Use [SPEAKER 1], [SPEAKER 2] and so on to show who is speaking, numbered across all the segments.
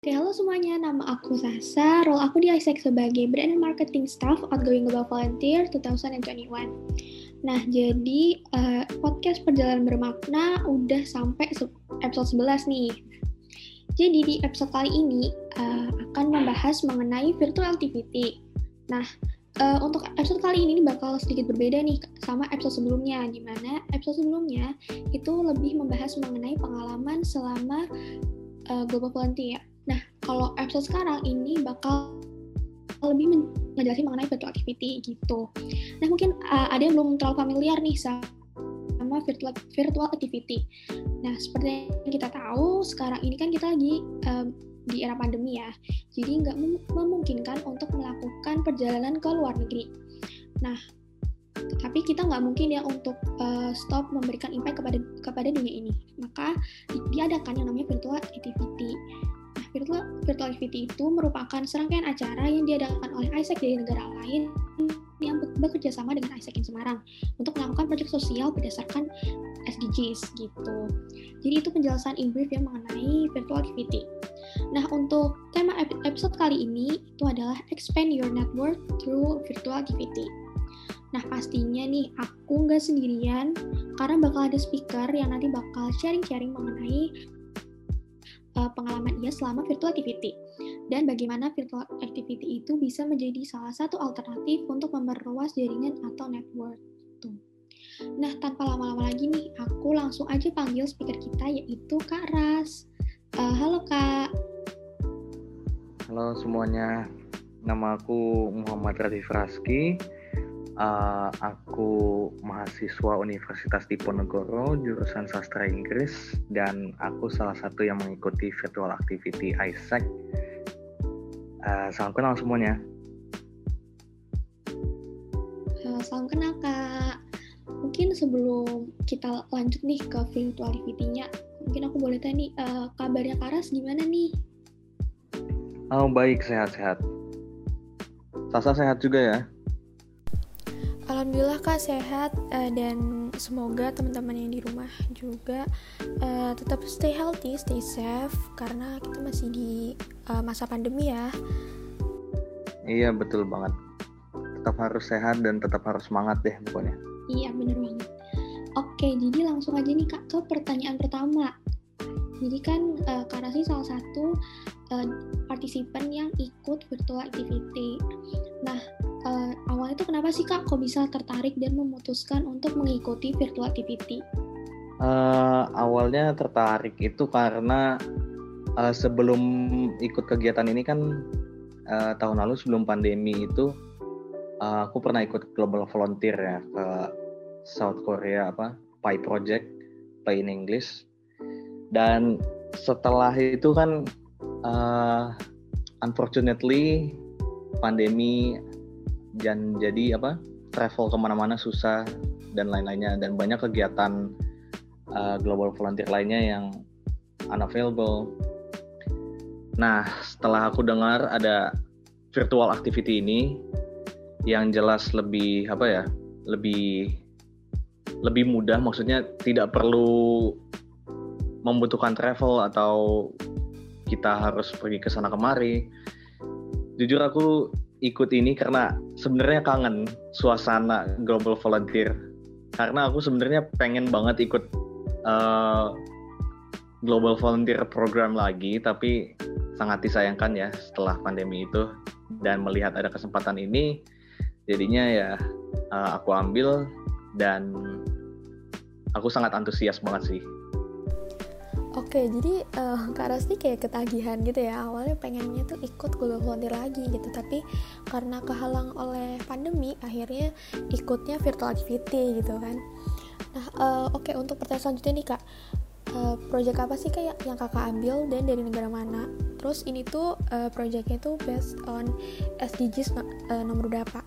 [SPEAKER 1] Oke, halo semuanya, nama aku Sasa, role aku di ISEC sebagai Brand and Marketing Staff Outgoing Global Volunteer 2021. Nah, jadi podcast Perjalanan Bermakna udah sampai episode 11 nih. Jadi di episode kali ini akan membahas mengenai virtual activity. Nah, untuk episode kali ini bakal sedikit berbeda nih sama episode sebelumnya, di mana episode sebelumnya itu lebih membahas mengenai pengalaman selama Global Volunteer. Nah, kalau episode sekarang ini bakal lebih ngejelasin mengenai virtual activity gitu. Nah, mungkin ada yang belum terlalu familiar nih sama virtual activity. Nah, seperti yang kita tahu, sekarang ini kan kita lagi di era pandemi ya. Jadi nggak memungkinkan untuk melakukan perjalanan ke luar negeri. Nah, tapi kita nggak mungkin ya untuk stop memberikan impact kepada dunia ini. Maka diadakan yang namanya virtual activity. Nah, virtual activity itu merupakan serangkaian acara yang diadakan oleh ISEC dari negara lain yang bekerja sama dengan ISEC in Semarang untuk melakukan proyek sosial berdasarkan SDGs gitu. Jadi itu penjelasan in brief yang mengenai virtual activity. Nah, untuk tema episode kali ini itu adalah expand your network through virtual activity. Nah, pastinya nih aku nggak sendirian karena bakal ada speaker yang nanti bakal sharing-sharing mengenai pengalaman ia selama virtual activity dan bagaimana virtual activity itu bisa menjadi salah satu alternatif untuk memperluas jaringan atau network. Nah, tanpa lama-lama lagi nih, aku langsung aja panggil speaker kita yaitu Kak Ras. Halo Kak.
[SPEAKER 2] Halo semuanya, nama aku Muhammad Radif Raski. Aku mahasiswa Universitas Diponegoro, jurusan Sastra Inggris, dan aku salah satu yang mengikuti virtual activity ISEC. Salam kenal semuanya.
[SPEAKER 1] Salam kenal Kak. Mungkin sebelum kita lanjut nih ke virtual activity-nya, mungkin aku boleh tanya nih, kabarnya Kak Ras gimana nih?
[SPEAKER 2] Oh baik, sehat-sehat. Sasa sehat juga ya?
[SPEAKER 3] Alhamdulillah Kak sehat, dan semoga teman-teman yang di rumah juga tetap stay healthy, stay safe karena kita masih di masa pandemi ya.
[SPEAKER 2] Iya betul banget. Tetap harus sehat dan tetap harus semangat deh pokoknya.
[SPEAKER 1] Iya bener banget. Oke, jadi langsung aja nih Kak ke pertanyaan pertama. Jadi kan Kak Rasi salah satu partisipan yang ikut virtual activity. Nah, awalnya itu kenapa sih Kak kok bisa tertarik dan memutuskan untuk mengikuti virtual activity?
[SPEAKER 2] Awalnya tertarik itu karena sebelum ikut kegiatan ini kan tahun lalu sebelum pandemi itu aku pernah ikut global volunteer ya ke South Korea PAI Project, Play in English. Dan setelah itu kan unfortunately pandemi dan jadi travel kemana-mana susah dan lain-lainnya, dan banyak kegiatan global volunteer lainnya yang unavailable. Nah, setelah aku dengar ada virtual activity ini yang jelas lebih lebih mudah, maksudnya tidak perlu membutuhkan travel atau kita harus pergi ke sana kemari. Jujur aku ikut ini karena sebenarnya kangen suasana global volunteer. Karena aku sebenarnya pengen banget ikut global volunteer program lagi, tapi sangat disayangkan ya setelah pandemi itu. Dan melihat ada kesempatan ini, jadinya ya aku ambil dan aku sangat antusias banget sih.
[SPEAKER 3] Oke, jadi Kak Ras nih kayak ketagihan gitu ya. Awalnya pengennya tuh ikut global volunteer lagi gitu, tapi karena kehalang oleh pandemi, akhirnya ikutnya virtual activity gitu kan. Nah, oke, untuk pertanyaan selanjutnya nih Kak, project apa sih kayak yang Kakak ambil dan dari negara mana? Terus ini tuh projectnya tuh based on SDGs nomor berapa?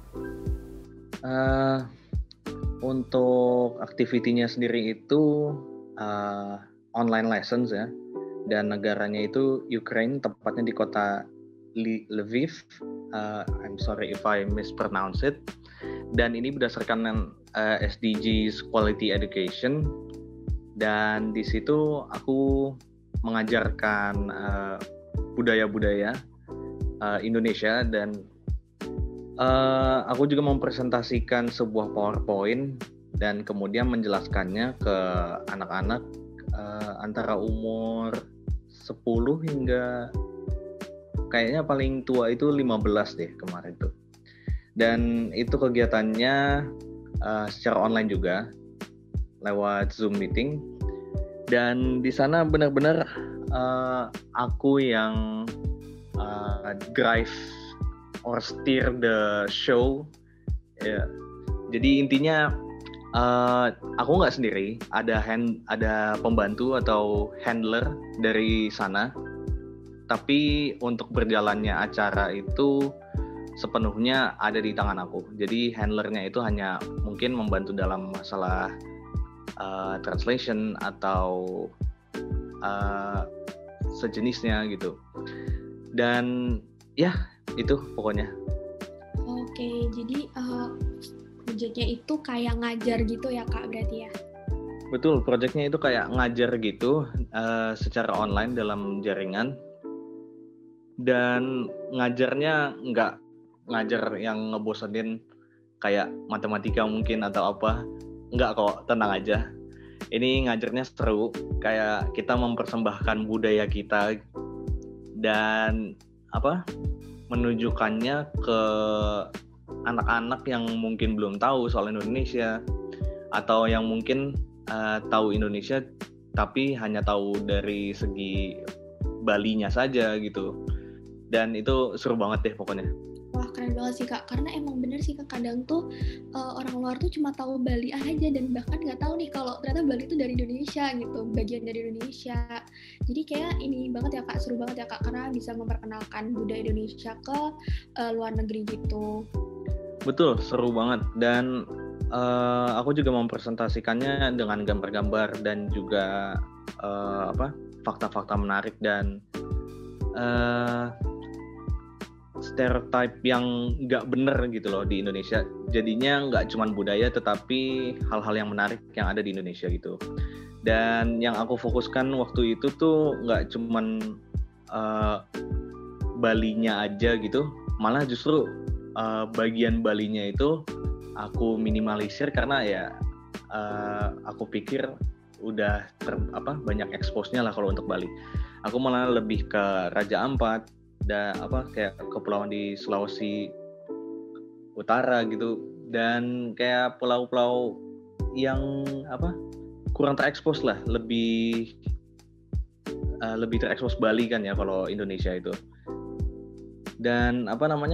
[SPEAKER 2] Untuk aktivitinya sendiri itu online lessons ya, dan negaranya itu Ukraine, tepatnya di kota Lviv. I'm sorry if I mispronounce it. Dan ini berdasarkan SDGs Quality Education, dan di situ aku mengajarkan budaya-budaya Indonesia, dan aku juga mempresentasikan sebuah PowerPoint dan kemudian menjelaskannya ke anak-anak antara umur 10 hingga kayaknya paling tua itu 15 deh kemarin tuh. Dan itu kegiatannya secara online juga lewat Zoom meeting, dan di sana benar-benar aku yang drive or steer the show ya. Jadi intinya aku nggak sendiri, ada pembantu atau handler dari sana, tapi untuk berjalannya acara itu sepenuhnya ada di tangan aku. Jadi handlernya itu hanya mungkin membantu dalam masalah translation atau sejenisnya gitu. Dan ya itu pokoknya.
[SPEAKER 1] Oke, jadi proyeknya itu kayak ngajar gitu ya Kak, berarti ya?
[SPEAKER 2] Betul, proyeknya itu kayak ngajar gitu secara online dalam jaringan. Dan ngajarnya nggak ngajar yang ngebosenin kayak matematika mungkin atau apa. Nggak kok, tenang aja. Ini ngajarnya seru, kayak kita mempersembahkan budaya kita dan menunjukkannya ke anak-anak yang mungkin belum tahu soal Indonesia, atau yang mungkin tahu Indonesia tapi hanya tahu dari segi Balinya saja gitu. Dan itu seru banget deh pokoknya.
[SPEAKER 1] Wah, keren banget sih Kak, karena emang bener sih Kak, kadang tuh orang luar tuh cuma tahu Bali aja dan bahkan nggak tahu nih kalau ternyata Bali itu dari Indonesia gitu, bagian dari Indonesia. Jadi kayak ini banget ya Kak, seru banget ya Kak, karena bisa memperkenalkan budaya Indonesia ke luar negeri gitu.
[SPEAKER 2] Betul, seru banget. Dan aku juga mempresentasikannya dengan gambar-gambar dan juga fakta-fakta menarik dan stereotype yang nggak bener gitu loh di Indonesia. Jadinya nggak cuman budaya tetapi hal-hal yang menarik yang ada di Indonesia gitu. Dan yang aku fokuskan waktu itu tuh nggak cuman Balinya aja gitu, malah justru bagian Balinya itu aku minimalisir karena ya aku pikir udah banyak expose-nya lah kalau untuk Bali. Aku malah lebih ke Raja Ampat dan kayak kepulauan di Sulawesi Utara gitu, dan kayak pulau-pulau yang kurang terekspos lah, lebih terekspos Bali kan ya kalau Indonesia itu. Dan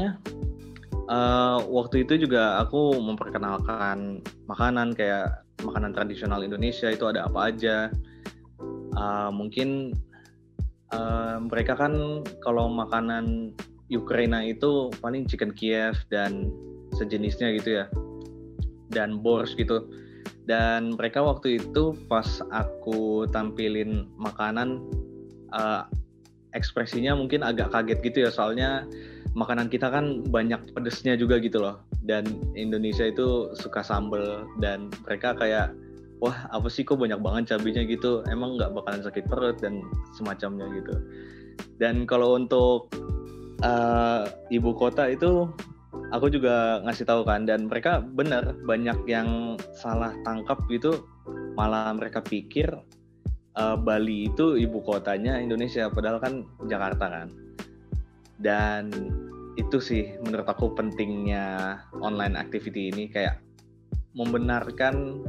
[SPEAKER 2] waktu itu juga aku memperkenalkan makanan, kayak makanan tradisional Indonesia itu ada apa aja. Mungkin mereka kan kalau makanan Ukraina itu paling chicken Kiev dan sejenisnya gitu ya, dan borscht gitu. Dan mereka waktu itu pas aku tampilin makanan, ekspresinya mungkin agak kaget gitu ya, soalnya makanan kita kan banyak pedesnya juga gitu loh, dan Indonesia itu suka sambal, dan mereka kayak wah apa sih kok banyak banget cabenya gitu, emang nggak bakalan sakit perut dan semacamnya gitu. Dan kalau untuk ibu kota itu aku juga ngasih tahu kan, dan mereka benar banyak yang salah tangkap gitu, malah mereka pikir Bali itu ibu kotanya Indonesia, padahal kan Jakarta kan. Dan itu sih menurut aku pentingnya online activity ini, kayak membenarkan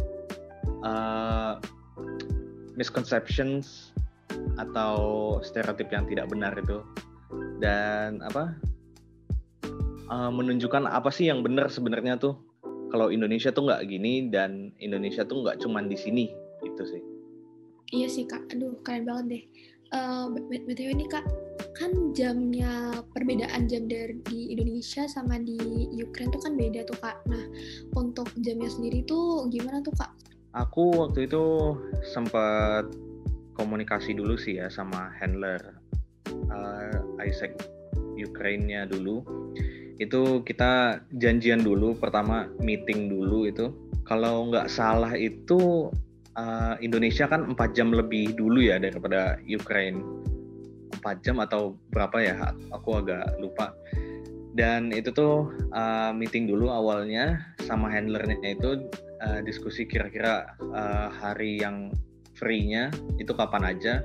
[SPEAKER 2] misconceptions atau stereotip yang tidak benar itu, dan menunjukkan apa sih yang benar sebenarnya tuh, kalau Indonesia tuh nggak gini dan Indonesia tuh nggak cuman di sini gitu sih.
[SPEAKER 1] Iya sih Kak, aduh keren banget deh. BTW nih Kak, kan jamnya, perbedaan jam di Indonesia sama di Ukraine tuh kan beda tuh Kak. Nah, untuk jamnya sendiri tuh gimana tuh Kak?
[SPEAKER 2] Aku waktu itu sempat komunikasi dulu sih ya sama handler Isaac Ukraine-nya dulu. Itu kita janjian dulu, pertama meeting dulu itu. Kalau nggak salah itu Indonesia kan 4 jam lebih dulu ya daripada Ukraine. 4 jam atau berapa ya, aku agak lupa. Dan itu tuh meeting dulu awalnya sama handlernya itu, diskusi kira-kira hari yang free-nya itu kapan aja.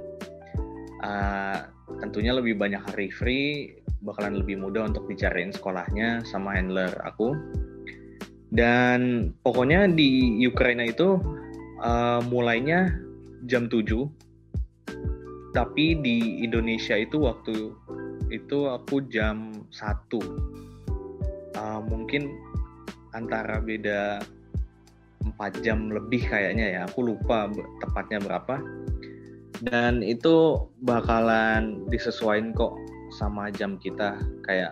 [SPEAKER 2] Tentunya lebih banyak hari free, bakalan lebih mudah untuk dicariin sekolahnya sama handler aku. Dan pokoknya di Ukraina itu mulainya jam 7, tapi di Indonesia itu waktu itu aku jam 1. Mungkin antara beda 4 jam lebih kayaknya ya, aku lupa tepatnya berapa. Dan itu bakalan disesuaikan kok sama jam kita, kayak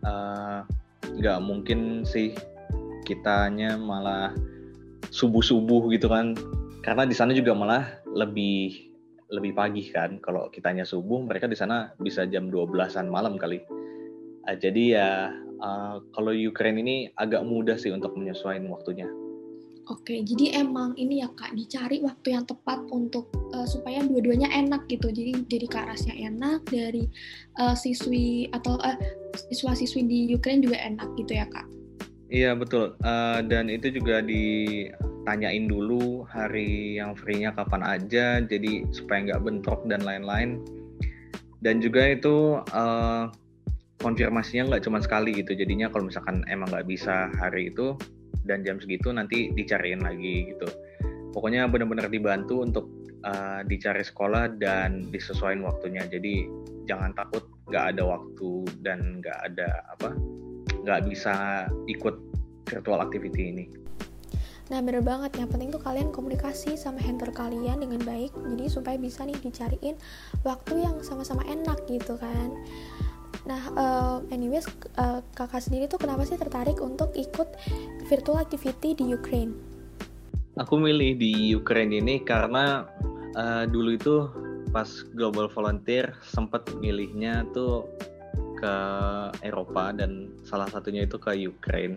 [SPEAKER 2] nggak mungkin sih kitanya malah subuh-subuh gitu kan, karena di sana juga malah lebih pagi kan. Kalau kitanya subuh, mereka di sana bisa jam 12-an malam kali. Jadi ya kalau Ukraine ini agak mudah sih untuk menyesuaikan waktunya.
[SPEAKER 1] Oke, jadi emang ini ya Kak, dicari waktu yang tepat untuk supaya dua-duanya enak gitu. Jadi dari Karasnya enak, dari siswi atau siswa-siswi di Ukraine juga enak gitu ya Kak?
[SPEAKER 2] Iya betul, dan itu juga ditanyain dulu hari yang free-nya kapan aja, jadi supaya nggak bentrok dan lain-lain. Dan juga itu konfirmasinya nggak cuma sekali gitu, jadinya kalau misalkan emang nggak bisa hari itu dan jam segitu, nanti dicariin lagi gitu. Pokoknya benar-benar dibantu untuk dicari sekolah dan disesuaikan waktunya. Jadi jangan takut nggak ada waktu dan nggak bisa ikut virtual activity ini.
[SPEAKER 3] Nah bener banget, yang penting tuh kalian komunikasi sama handler kalian dengan baik, jadi supaya bisa nih dicariin waktu yang sama-sama enak gitu kan. Nah anyways, kakak sendiri tuh kenapa sih tertarik untuk ikut virtual activity di Ukraine?
[SPEAKER 2] Aku milih di Ukraine ini karena dulu itu pas Global Volunteer sempat milihnya tuh ke Eropa dan salah satunya itu ke Ukraine.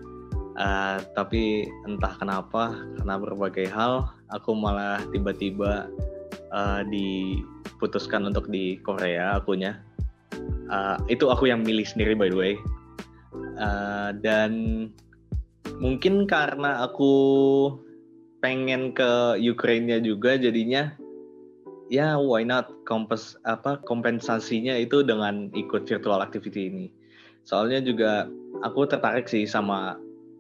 [SPEAKER 2] Tapi entah kenapa, karena berbagai hal, aku malah tiba-tiba diputuskan untuk di Korea akunya. Itu aku yang milih sendiri by the way. Dan mungkin karena aku pengen ke Ukraine-nya juga, jadinya ya why not, kompensasinya itu dengan ikut virtual activity ini. Soalnya juga aku tertarik sih sama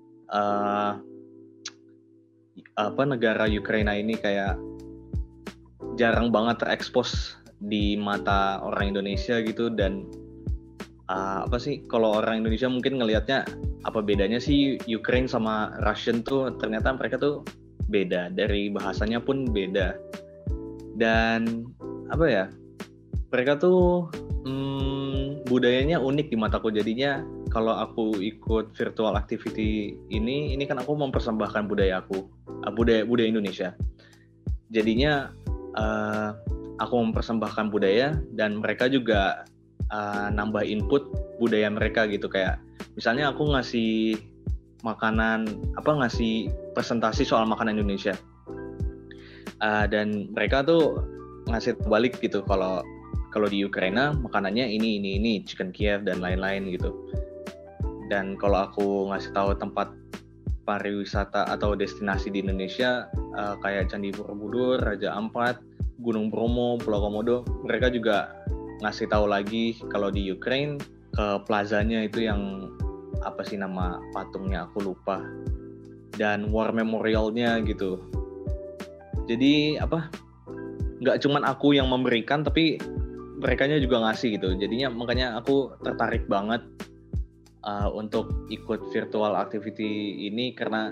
[SPEAKER 2] negara Ukraina ini, kayak jarang banget terekspos di mata orang Indonesia gitu. Dan kalau orang Indonesia mungkin ngelihatnya apa bedanya sih Ukraine sama Russian tuh, ternyata mereka tuh beda, dari bahasanya pun beda. Dan mereka tuh budayanya unik di mataku. Jadinya kalau aku ikut virtual activity ini kan aku mempersembahkan budaya aku, budaya Indonesia. Jadinya aku mempersembahkan budaya dan mereka juga nambah input budaya mereka gitu. Kayak misalnya aku ngasih presentasi soal makanan Indonesia. Dan mereka tuh ngasih balik gitu, kalau di Ukraina makanannya ini chicken Kiev dan lain-lain gitu. Dan kalau aku ngasih tahu tempat pariwisata atau destinasi di Indonesia kayak Candi Borobudur, Raja Ampat, Gunung Bromo, Pulau Komodo, mereka juga ngasih tahu lagi. Kalau di Ukraine ke plazanya itu yang nama patungnya aku lupa, dan war memorialnya gitu. Jadi nggak cuman aku yang memberikan, tapi merekanya juga ngasih gitu. Jadinya makanya aku tertarik banget untuk ikut virtual activity ini, karena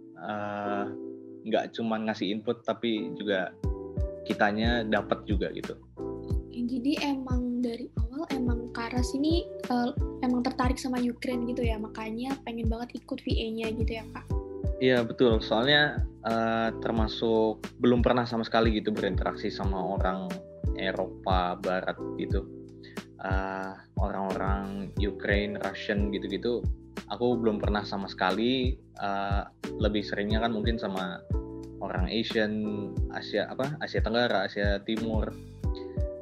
[SPEAKER 2] nggak cuman ngasih input, tapi juga kitanya dapat juga gitu.
[SPEAKER 1] Jadi emang dari awal emang Karas ini emang tertarik sama Ukraine gitu ya, makanya pengen banget ikut VA-nya gitu ya Kak?
[SPEAKER 2] Iya betul, soalnya termasuk belum pernah sama sekali gitu berinteraksi sama orang Eropa Barat gitu. Orang-orang Ukraine, Russian gitu-gitu, aku belum pernah sama sekali. Lebih seringnya kan mungkin sama orang Asian, Asia Tenggara, Asia Timur.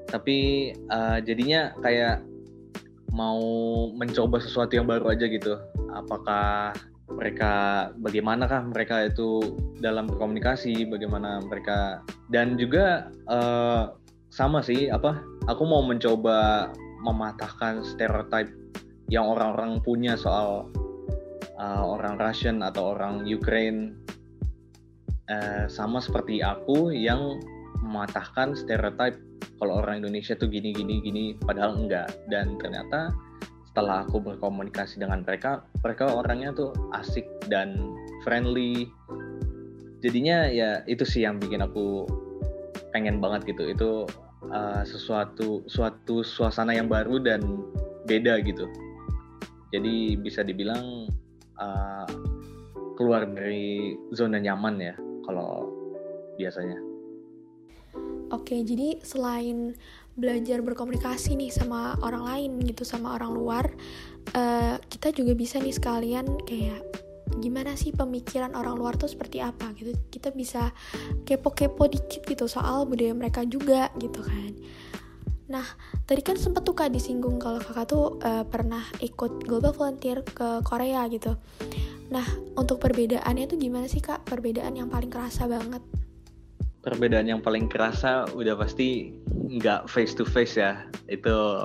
[SPEAKER 2] Tapi jadinya kayak mau mencoba sesuatu yang baru aja gitu. Apakah bagaimanakah mereka itu dalam berkomunikasi, bagaimana mereka, dan juga sama sih, aku mau mencoba mematahkan stereotip yang orang-orang punya soal orang Russian atau orang Ukraine, sama seperti aku yang mematahkan stereotip kalau orang Indonesia tuh gini, padahal enggak. Dan ternyata setelah aku berkomunikasi dengan mereka orangnya tuh asik dan friendly. Jadinya ya itu sih yang bikin aku pengen banget gitu. Itu suatu suasana yang baru dan beda gitu. Jadi bisa dibilang keluar dari zona nyaman ya kalau biasanya.
[SPEAKER 3] Oke, jadi selain belajar berkomunikasi nih sama orang lain gitu, sama orang luar, kita juga bisa nih sekalian kayak gimana sih pemikiran orang luar tuh seperti apa gitu. Kita bisa kepo-kepo dikit gitu soal budaya mereka juga gitu kan. Nah, tadi kan sempat tuh Kak disinggung kalau Kakak tuh pernah ikut Global Volunteer ke Korea gitu. Nah, untuk perbedaannya tuh gimana sih Kak? Perbedaan yang paling kerasa banget?
[SPEAKER 2] Perbedaan yang paling kerasa udah pasti nggak face to face ya. Itu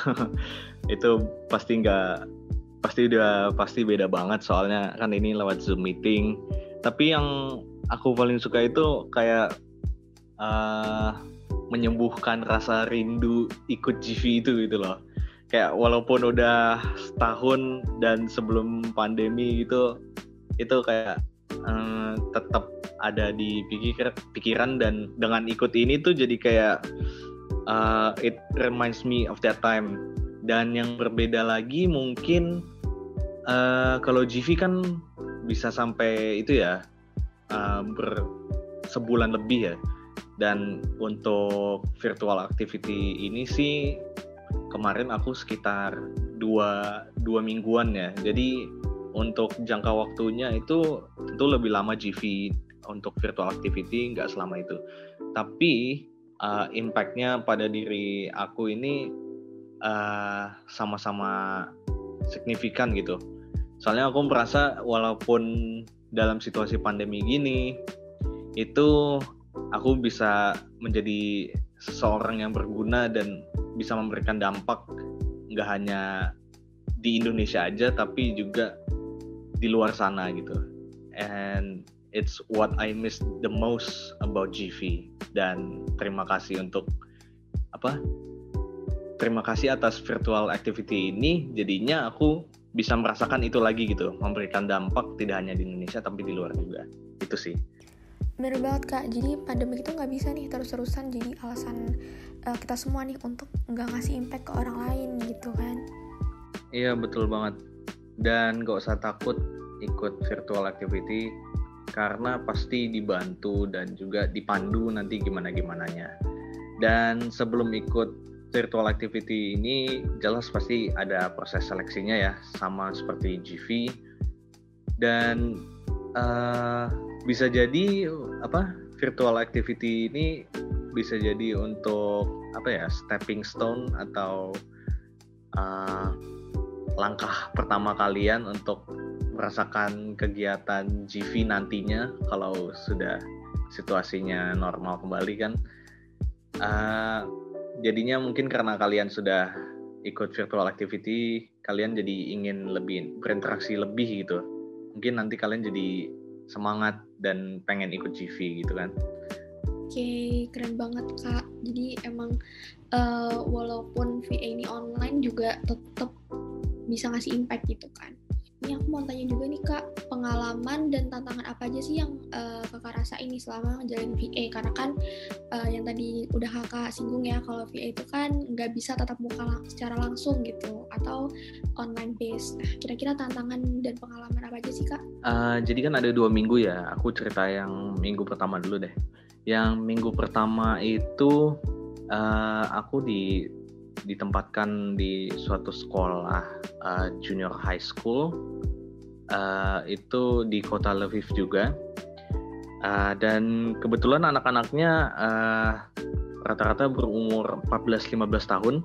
[SPEAKER 2] pasti beda banget, soalnya kan ini lewat Zoom meeting. Tapi yang aku paling suka itu kayak menyembuhkan rasa rindu ikut GV itu gitu loh. Kayak walaupun udah setahun dan sebelum pandemi gitu, itu kayak tetap ada di pikiran, dan dengan ikut ini tuh jadi kayak it reminds me of that time. Dan yang berbeda lagi mungkin kalau GV kan bisa sampai itu ya sebulan lebih ya. Dan untuk virtual activity ini sih kemarin aku sekitar 2 mingguan ya. Jadi untuk jangka waktunya itu tentu lebih lama GV. Untuk virtual activity nggak selama itu. Tapi impact-nya pada diri aku ini sama-sama signifikan gitu. Soalnya aku merasa walaupun dalam situasi pandemi gini, itu aku bisa menjadi seseorang yang berguna dan bisa memberikan dampak nggak hanya di Indonesia aja, tapi juga di luar sana gitu. And it's what I miss the most about GV. Dan terima kasih atas virtual activity ini. Jadinya aku bisa merasakan itu lagi gitu, memberikan dampak tidak hanya di Indonesia tapi di luar juga. Itu sih.
[SPEAKER 3] Bener banget Kak, jadi pandemi itu gak bisa nih terus-terusan jadi alasan kita semua nih untuk gak ngasih impact ke orang lain gitu kan.
[SPEAKER 2] Iya betul banget. Dan gak usah takut ikut virtual activity, karena pasti dibantu dan juga dipandu nanti gimana-gimananya. Dan sebelum ikut virtual activity ini jelas pasti ada proses seleksinya ya, sama seperti GV. Dan bisa jadi virtual activity ini bisa jadi untuk stepping stone atau langkah pertama kalian untuk merasakan kegiatan GV nantinya kalau sudah situasinya normal kembali kan. Jadinya mungkin karena kalian sudah ikut virtual activity, kalian jadi ingin lebih berinteraksi lebih gitu. Mungkin nanti kalian jadi semangat dan pengen ikut GV gitu kan.
[SPEAKER 1] Oke, keren banget Kak. Jadi emang walaupun VA ini online juga tetap bisa ngasih impact gitu kan. Ini aku mau tanya juga nih Kak, pengalaman dan tantangan apa aja sih yang Kakak rasain nih selama ngejalanin VA? Karena kan yang tadi udah Kakak singgung ya, kalau VA itu kan nggak bisa tatap muka secara langsung gitu, atau online based. Nah, kira-kira tantangan dan pengalaman apa aja sih Kak?
[SPEAKER 2] Jadi kan ada 2 minggu ya, aku cerita yang minggu pertama dulu deh. Yang minggu pertama itu aku ditempatkan di suatu sekolah junior high school, itu di kota Lviv juga, dan kebetulan anak-anaknya rata-rata berumur 14-15 tahun.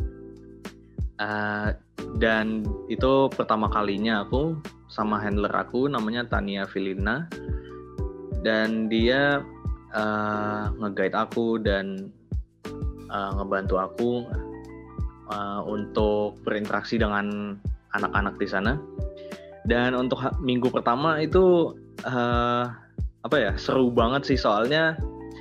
[SPEAKER 2] Dan itu pertama kalinya aku sama handler aku namanya Tania Filina, dan dia nge-guide aku dan ngebantu aku untuk berinteraksi dengan anak-anak di sana. Dan untuk minggu pertama itu seru banget sih, soalnya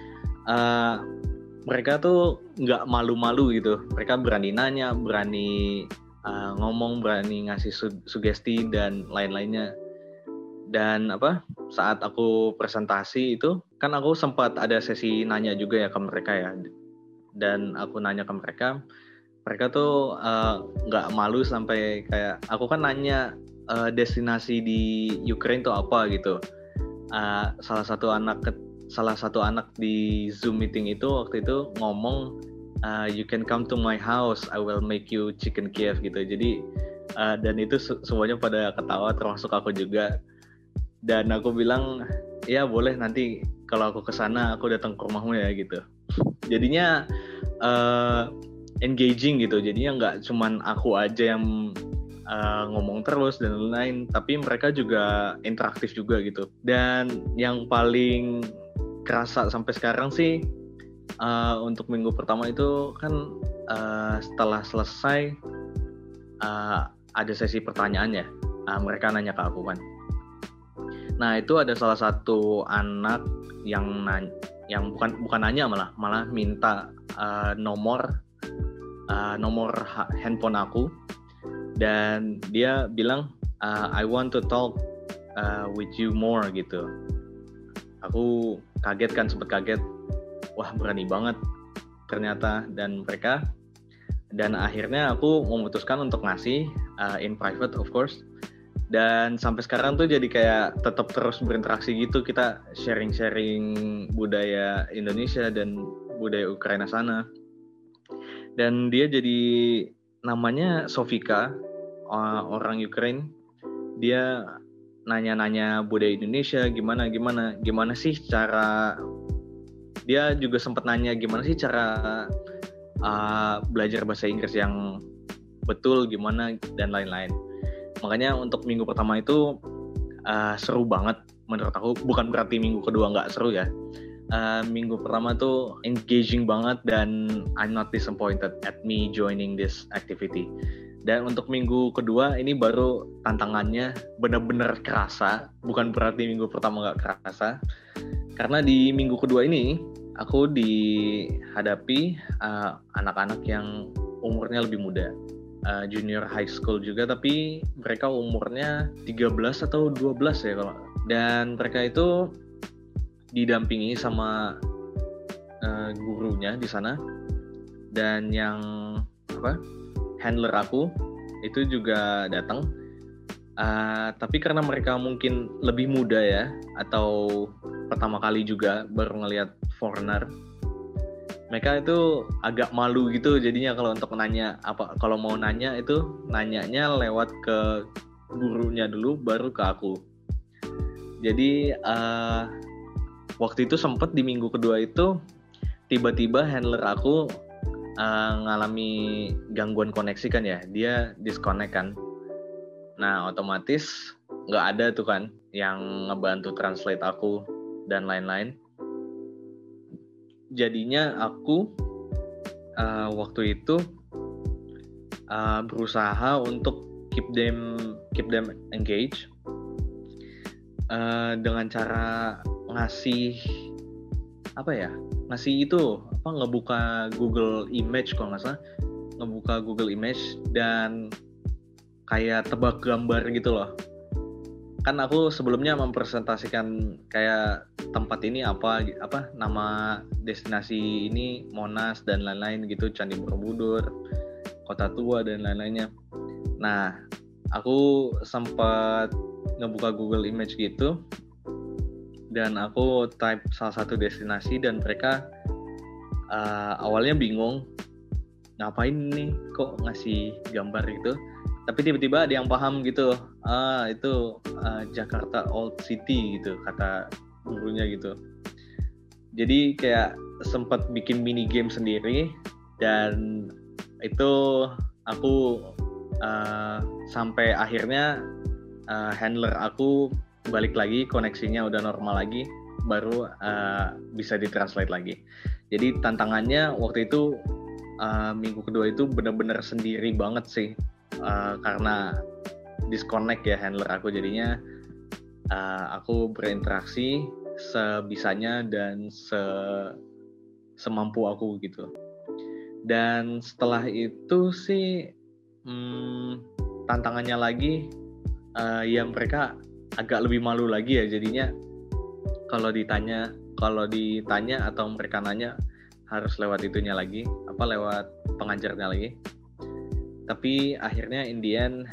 [SPEAKER 2] mereka tuh nggak malu-malu gitu. Mereka berani nanya, berani ngomong, berani ngasih sugesti dan lain-lainnya. Dan saat aku presentasi itu kan aku sempat ada sesi nanya juga ya ke mereka ya. Dan aku nanya ke mereka tuh nggak malu sampai kayak aku kan nanya destinasi di Ukraine tuh apa gitu. Salah satu anak di Zoom meeting itu waktu itu ngomong, you can come to my house, I will make you chicken Kiev gitu. Jadi dan itu semuanya pada ketawa, termasuk aku juga. Dan aku bilang, ya boleh, nanti kalau aku kesana aku datang ke rumahmu ya gitu. Jadinya engaging gitu. Jadinya nggak cuman aku aja yang ngomong terus dan lain-lain, tapi mereka juga interaktif juga gitu. Dan yang paling kerasa sampai sekarang sih untuk minggu pertama itu kan setelah selesai ada sesi pertanyaan ya, mereka nanya ke aku kan. Nah itu ada salah satu anak yang bukan nanya, malah minta nomor handphone aku, dan dia bilang I want to talk with you more gitu. Aku kaget kan, sempet kaget, wah berani banget ternyata dan mereka. Dan akhirnya aku memutuskan untuk ngasih in private of course. Dan sampai sekarang tuh jadi kayak tetap terus berinteraksi gitu, kita sharing budaya Indonesia dan budaya Ukraina sana. Dan dia jadi namanya Sofika, orang Ukraine. Dia nanya-nanya budaya Indonesia gimana sih cara, dia juga sempat nanya gimana sih cara belajar bahasa Inggris yang betul gimana dan lain-lain. Makanya untuk minggu pertama itu seru banget menurut aku. Bukan berarti minggu kedua nggak seru ya. Minggu pertama tuh engaging banget dan I'm not disappointed at me joining this activity. Dan untuk minggu kedua ini baru tantangannya benar-benar kerasa. Bukan berarti minggu pertama nggak kerasa. Karena di minggu kedua ini aku dihadapi anak-anak yang umurnya lebih muda. Junior high school juga, tapi mereka umurnya 13 atau 12 ya kalau. Dan mereka itu didampingi sama gurunya di sana, dan yang handler aku itu juga datang. Tapi karena mereka mungkin lebih muda ya, atau pertama kali juga baru ngelihat foreigner, mereka itu agak malu gitu. Jadinya kalau untuk nanya kalau mau nanya itu nanyanya lewat ke gurunya dulu baru ke aku. Jadi waktu itu sempet di minggu kedua itu tiba-tiba handler aku ngalami gangguan koneksi kan ya, dia disconnect kan. Nah otomatis nggak ada tuh kan yang ngebantu translate aku dan lain-lain. Jadinya aku waktu itu berusaha untuk keep them engaged dengan cara ngasih ngebuka Google Image kalau nggak salah, ngebuka Google Image dan kayak tebak gambar gitu loh. Kan aku sebelumnya mempresentasikan kayak tempat ini apa nama destinasi ini, Monas dan lain-lain gitu, Candi Borobudur, Kota Tua dan lain-lainnya. Nah, aku sempat ngebuka Google Image gitu dan aku type salah satu destinasi, dan mereka awalnya bingung ngapain nih kok ngasih gambar gitu. Tapi tiba-tiba ada yang paham gitu, itu Jakarta Old City gitu kata gurunya gitu. Jadi kayak sempat bikin mini game sendiri, dan itu aku sampai akhirnya handler aku balik lagi, koneksinya udah normal lagi, baru bisa ditranslate lagi. Jadi tantangannya waktu itu minggu kedua itu benar-benar sendiri banget sih, karena disconnect ya handler aku, jadinya aku berinteraksi sebisanya dan semampu aku gitu. Dan setelah itu sih tantangannya lagi yang mereka agak lebih malu lagi ya, jadinya kalau ditanya atau mereka nanya harus lewat itunya lagi, lewat pengajarnya lagi. Tapi akhirnya in the end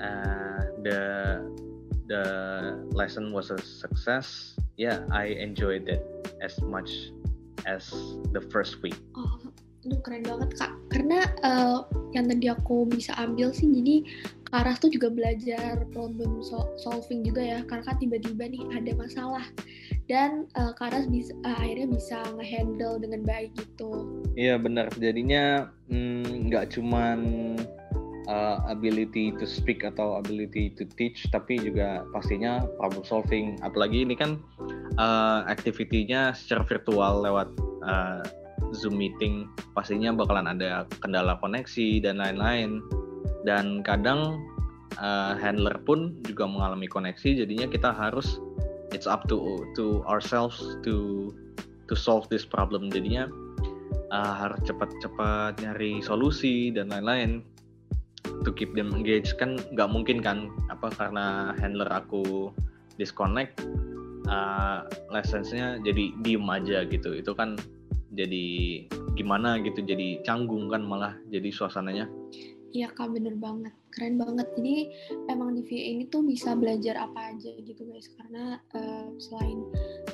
[SPEAKER 2] the lesson was a success. Yeah, I enjoyed it as much as the first week.
[SPEAKER 1] Oh, itu keren banget Kak. Karena yang tadi aku bisa ambil sih, jadi Karas tuh juga belajar problem solving juga ya. Karena kan tiba-tiba nih ada masalah dan Karas akhirnya bisa nge-handle dengan baik gitu.
[SPEAKER 2] Iya benar. Jadinya nggak cuman ability to speak atau ability to teach, tapi juga pastinya problem solving. Apalagi ini kan activity-nya secara virtual lewat Zoom meeting, pastinya bakalan ada kendala koneksi dan lain-lain. Dan kadang handler pun juga mengalami koneksi, jadinya kita harus it's up to ourselves to solve this problem. Jadinya harus cepat-cepat nyari solusi dan lain-lain. To keep them engaged, kan nggak mungkin kan karena handler aku disconnect, lessons-nya jadi diem aja gitu. Itu kan jadi gimana gitu, jadi canggung kan malah jadi suasananya.
[SPEAKER 1] Iya Kak, bener banget, keren banget. Jadi emang di VA ini tuh bisa belajar apa aja gitu guys, karena selain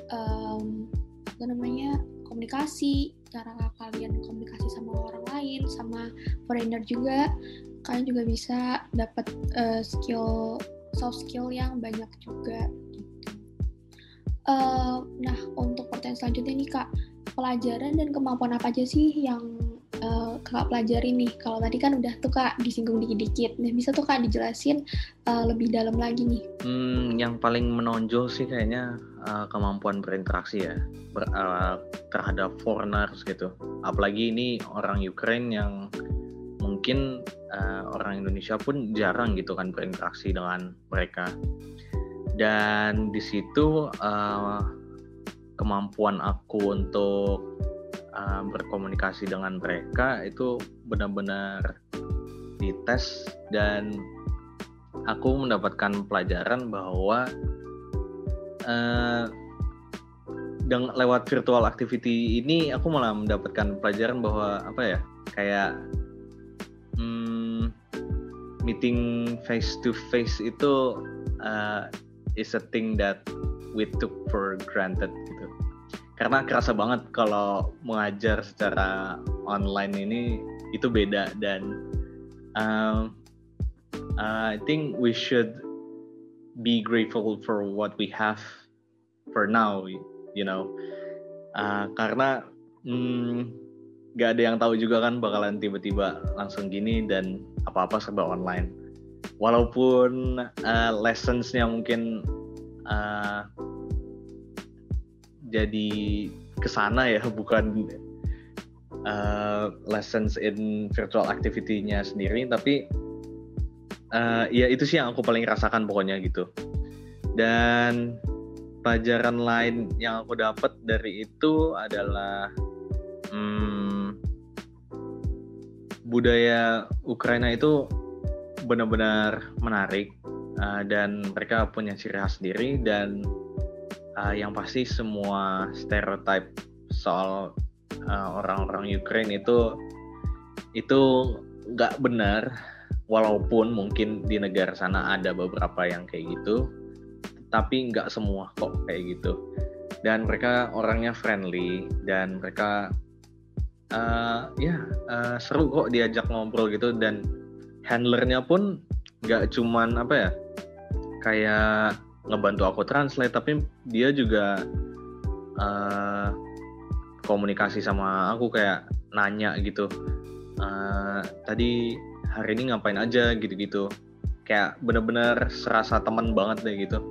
[SPEAKER 1] komunikasi, cara kalian komunikasi sama orang lain, sama foreigner juga, kalian juga bisa dapat soft skill yang banyak juga gitu. Nah, untuk pertanyaan selanjutnya nih Kak, pelajaran dan kemampuan apa aja sih yang Kakak pelajari nih? Kalau tadi kan udah tuh Kak disinggung dikit-dikit, nah bisa tuh Kak dijelasin lebih dalam lagi nih.
[SPEAKER 2] Yang paling menonjol sih kayaknya kemampuan berinteraksi ya terhadap foreigners gitu. Apalagi ini orang Ukraine yang mungkin orang Indonesia pun jarang gitu kan berinteraksi dengan mereka. Dan di situ kemampuan aku untuk berkomunikasi dengan mereka itu benar-benar dites, dan aku mendapatkan pelajaran bahwa lewat virtual activity ini aku malah mendapatkan pelajaran bahwa kayak meeting face to face itu is a thing that we took for granted gitu. Karena kerasa banget kalau mengajar secara online ini itu beda, dan I think we should be grateful for what we have for now, you know. Karena gak ada yang tahu juga kan bakalan tiba-tiba langsung gini dan apa-apa serba online. Walaupun lessons-nya mungkin jadi kesana ya, bukan lessons in virtual activity-nya sendiri, tapi ya itu sih yang aku paling rasakan pokoknya gitu. Dan pelajaran lain yang aku dapat dari itu adalah budaya Ukraina itu benar-benar menarik, dan mereka punya ciri khas sendiri, dan yang pasti semua stereotype soal orang-orang Ukraine itu nggak benar, walaupun mungkin di negara sana ada beberapa yang kayak gitu, tapi nggak semua kok kayak gitu. Dan mereka orangnya friendly, dan mereka seru kok diajak ngobrol gitu. Dan handlernya pun nggak cuman kayak ngebantu aku translate, tapi dia juga komunikasi sama aku, kayak nanya gitu, tadi hari ini ngapain aja gitu-gitu, kayak bener-bener serasa teman banget deh gitu.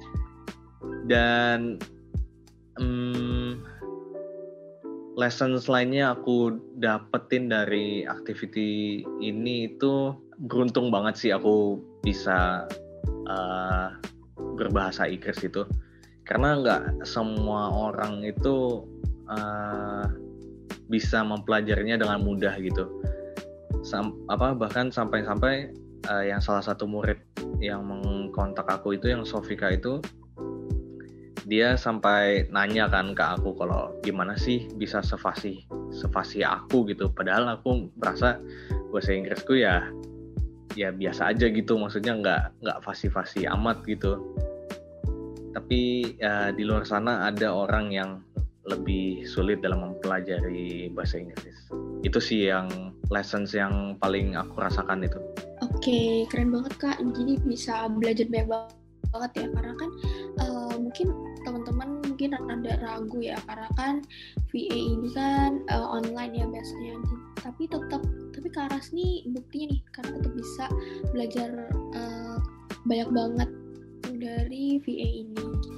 [SPEAKER 2] Dan lessons lainnya aku dapetin dari activity ini itu, beruntung banget sih aku bisa berbahasa Inggris itu, karena nggak semua orang itu bisa mempelajarinya dengan mudah gitu. Bahkan sampai yang salah satu murid yang mengkontak aku itu, yang Sofika itu, dia sampai nanya kan ke aku kalau gimana sih bisa sefasih aku gitu, padahal aku merasa bahasa Inggrisku ya biasa aja gitu, maksudnya nggak fasih-fasih amat gitu. Tapi di luar sana ada orang yang lebih sulit dalam mempelajari bahasa Inggris. Itu sih yang lessons yang paling aku rasakan itu.
[SPEAKER 1] Oke, keren banget Kak. Jadi bisa belajar banyak banget ya, karena kan mungkin teman-teman mungkin ada ragu ya, karena kan VA ini kan online ya biasanya. Tapi Kak Aras nih buktinya nih, karena tetap bisa belajar banyak banget dari VA ini gitu.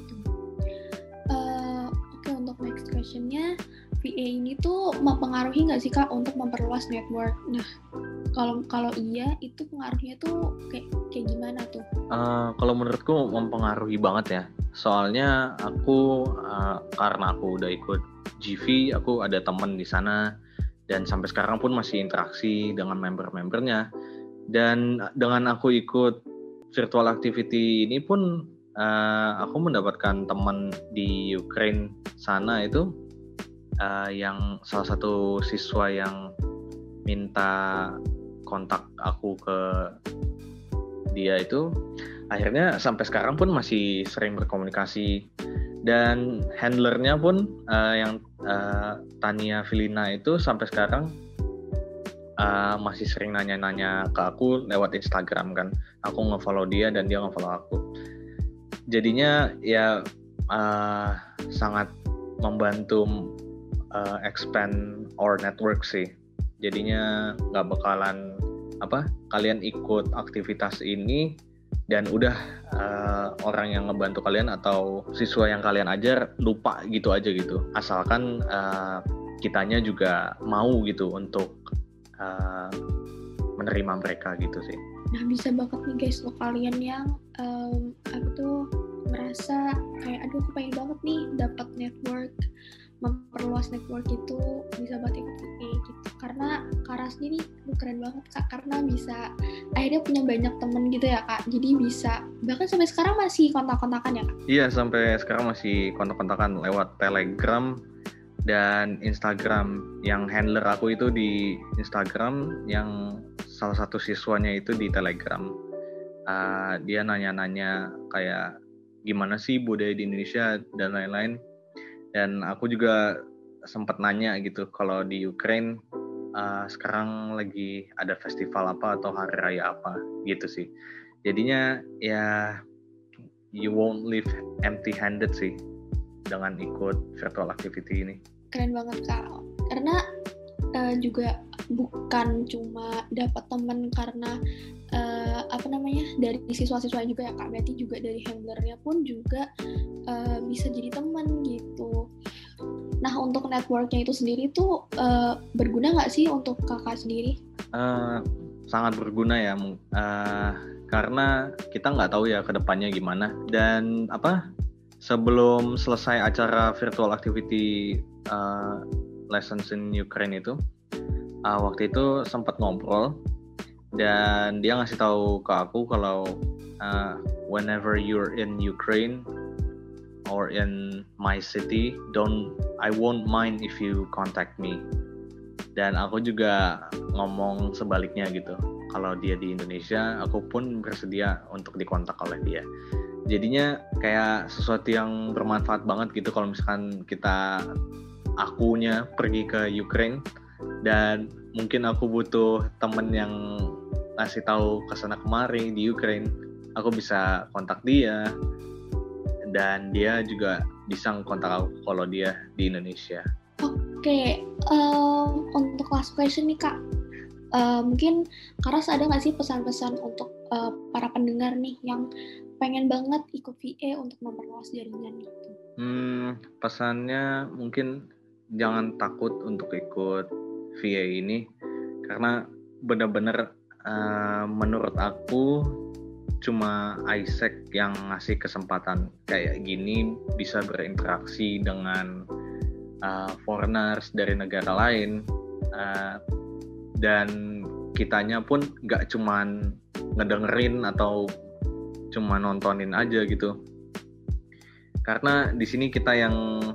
[SPEAKER 1] Oke, untuk next questionnya, VA ini tuh mempengaruhi nggak sih Kak untuk memperluas network? Nah, kalau iya, itu pengaruhnya tuh kayak gimana tuh?
[SPEAKER 2] Kalau menurutku mempengaruhi banget ya. Soalnya aku karena aku udah ikut GV, aku ada teman di sana, dan sampai sekarang pun masih interaksi dengan member-membernya. Dan dengan aku ikut virtual activity ini pun aku mendapatkan teman di Ukraine sana itu, yang salah satu siswa yang minta kontak aku ke dia itu, akhirnya sampai sekarang pun masih sering berkomunikasi. Dan handlernya pun yang Tania Filina itu sampai sekarang masih sering nanya-nanya ke aku lewat Instagram kan. Aku nge-follow dia dan dia nge-follow aku. Jadinya ya sangat membantu expand our network sih. Jadinya nggak bakalan kalian ikut aktivitas ini dan udah orang yang ngebantu kalian atau siswa yang kalian ajar lupa gitu aja gitu. Asalkan kitanya juga mau gitu untuk menerima mereka gitu sih.
[SPEAKER 1] Nah, bisa banget nih guys lo kalian yang merasa kayak aduh aku pengen banget nih dapat network, memperluas network itu, bisa banget ikut VA gitu. Karena Kak Ras ini keren banget Kak, karena bisa akhirnya punya banyak temen gitu ya Kak. Jadi bisa, bahkan sampai sekarang masih kontak-kontakan ya Kak?
[SPEAKER 2] Iya, sampai sekarang masih kontak-kontakan lewat Telegram dan Instagram. Yang handler aku itu di Instagram, yang salah satu siswanya itu di Telegram. Dia nanya-nanya kayak gimana sih budaya di Indonesia dan lain-lain. Dan aku juga sempat nanya gitu kalau di Ukraine sekarang lagi ada festival apa atau hari raya apa gitu sih. Jadinya ya you won't live empty-handed sih dengan ikut virtual activity ini.
[SPEAKER 1] Keren banget Kak, karena juga bukan cuma dapat teman karena dari siswa-siswa juga ya Kak, berarti juga dari handlernya pun juga bisa jadi teman gitu. Nah, untuk networknya itu sendiri tuh berguna nggak sih untuk kakak sendiri?
[SPEAKER 2] Sangat berguna ya, karena kita nggak tahu ya kedepannya gimana. Dan sebelum selesai acara virtual activity lessons in Ukraine itu, waktu itu sempat ngobrol dan dia ngasih tahu ke aku kalau whenever you're in Ukraine or in my city, I won't mind if you contact me. Dan aku juga ngomong sebaliknya gitu. Kalau dia di Indonesia, aku pun bersedia untuk dikontak oleh dia. Jadinya kayak sesuatu yang bermanfaat banget gitu kalau misalkan akunya pergi ke Ukraine dan mungkin aku butuh temen yang ngasih tahu kesana kemari di Ukraine, aku bisa kontak dia. Dan dia juga bisa kontak aku kalau dia di Indonesia.
[SPEAKER 1] Oke, untuk last question nih Kak, mungkin Karas ada nggak sih pesan-pesan untuk para pendengar nih yang pengen banget ikut VA untuk memperluas jaringan gitu?
[SPEAKER 2] Pesannya mungkin jangan takut untuk ikut VA ini, karena benar-benar menurut aku cuma Isaac yang ngasih kesempatan kayak gini bisa berinteraksi dengan foreigners dari negara lain, dan kitanya pun nggak cuman ngedengerin atau cuma nontonin aja gitu, karena di sini kita yang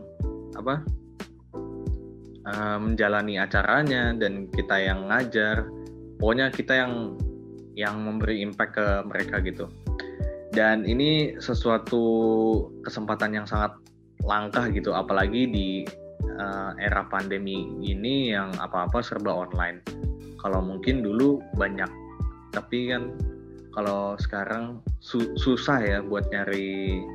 [SPEAKER 2] menjalani acaranya dan kita yang ngajar, pokoknya kita yang memberi impact ke mereka gitu. Dan ini sesuatu kesempatan yang sangat langka gitu, apalagi di era pandemi ini yang apa-apa serba online. Kalau mungkin dulu banyak, tapi kan kalau sekarang susah ya buat nyari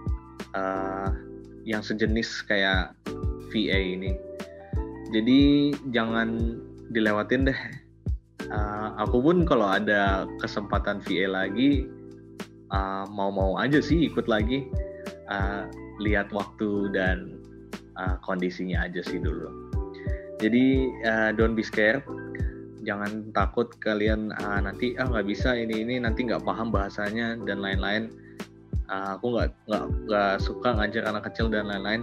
[SPEAKER 2] yang sejenis kayak VA ini. Jadi jangan dilewatin deh. Aku pun kalau ada kesempatan VA lagi mau-mau aja sih ikut lagi, lihat waktu dan kondisinya aja sih dulu. Jadi don't be scared, jangan takut kalian nanti nggak bisa ini nanti nggak paham bahasanya dan lain-lain. Aku nggak suka ngajar anak kecil dan lain-lain.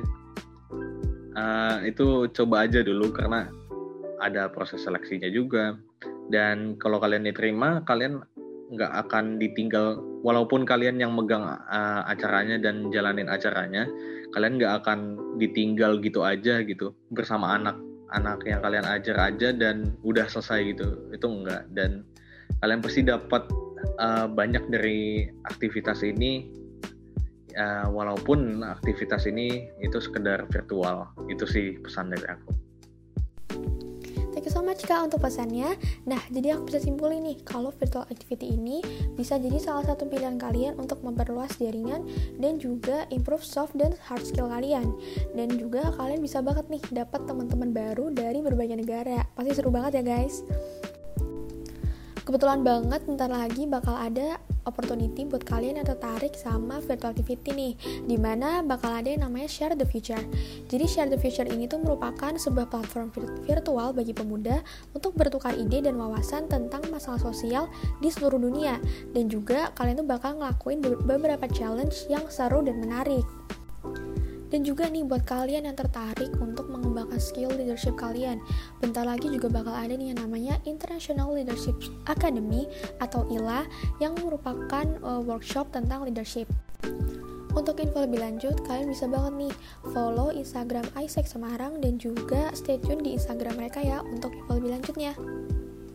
[SPEAKER 2] Itu coba aja dulu karena ada proses seleksinya juga. Dan kalau kalian diterima, kalian nggak akan ditinggal, walaupun kalian yang megang acaranya dan jalanin acaranya, kalian nggak akan ditinggal gitu aja gitu bersama anak yang kalian ajar aja dan udah selesai gitu. Itu enggak. Dan kalian pasti dapat banyak dari aktivitas ini, walaupun aktivitas ini itu sekedar virtual. Itu sih pesan dari aku.
[SPEAKER 3] Thank you so much Kak untuk pesannya. Nah, jadi aku bisa simpulin nih kalau virtual activity ini bisa jadi salah satu pilihan kalian untuk memperluas jaringan dan juga improve soft dan hard skill kalian. Dan juga kalian bisa banget nih dapat teman-teman baru dari berbagai negara. Pasti seru banget ya guys. Kebetulan banget bentar lagi bakal ada opportunity buat kalian yang tertarik sama virtual activity nih, dimana bakal ada yang namanya Share the Future. Jadi Share the Future ini tuh merupakan sebuah platform virtual bagi pemuda untuk bertukar ide dan wawasan tentang masalah sosial di seluruh dunia. Dan juga kalian tuh bakal ngelakuin beberapa challenge yang seru dan menarik. Dan juga nih buat kalian yang tertarik untuk mengembangkan skill leadership kalian, bentar lagi juga bakal ada nih yang namanya International Leadership Academy atau ILA yang merupakan workshop tentang leadership. Untuk info lebih lanjut, kalian bisa banget nih follow Instagram Isaac Semarang dan juga stay tune di Instagram mereka ya untuk info lebih lanjutnya.